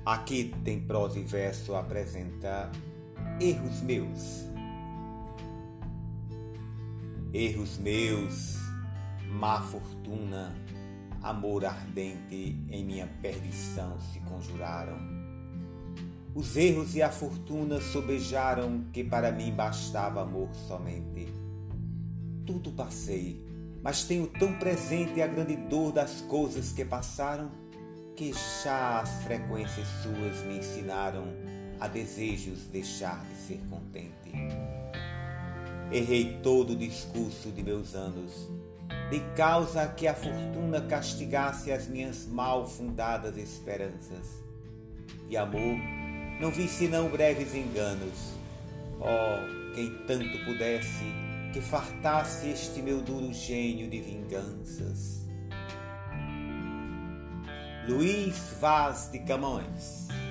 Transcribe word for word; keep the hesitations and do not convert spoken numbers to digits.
Aqui tem prosa e verso a apresentar erros meus. Erros meus, má fortuna, amor ardente em minha perdição se conjuraram. Os erros e a fortuna sobejaram que para mim bastava amor somente. Tudo passei, mas tenho tão presente a grande dor das coisas que passaram, que já as frequências suas me ensinaram a desejos deixar de ser contente. Errei todo o discurso de meus anos, de causa que a fortuna castigasse as minhas mal fundadas esperanças. E amor, não vi senão breves enganos. Oh, quem tanto pudesse que fartasse este meu duro gênio de vinganças. Luís Vaz de Camões.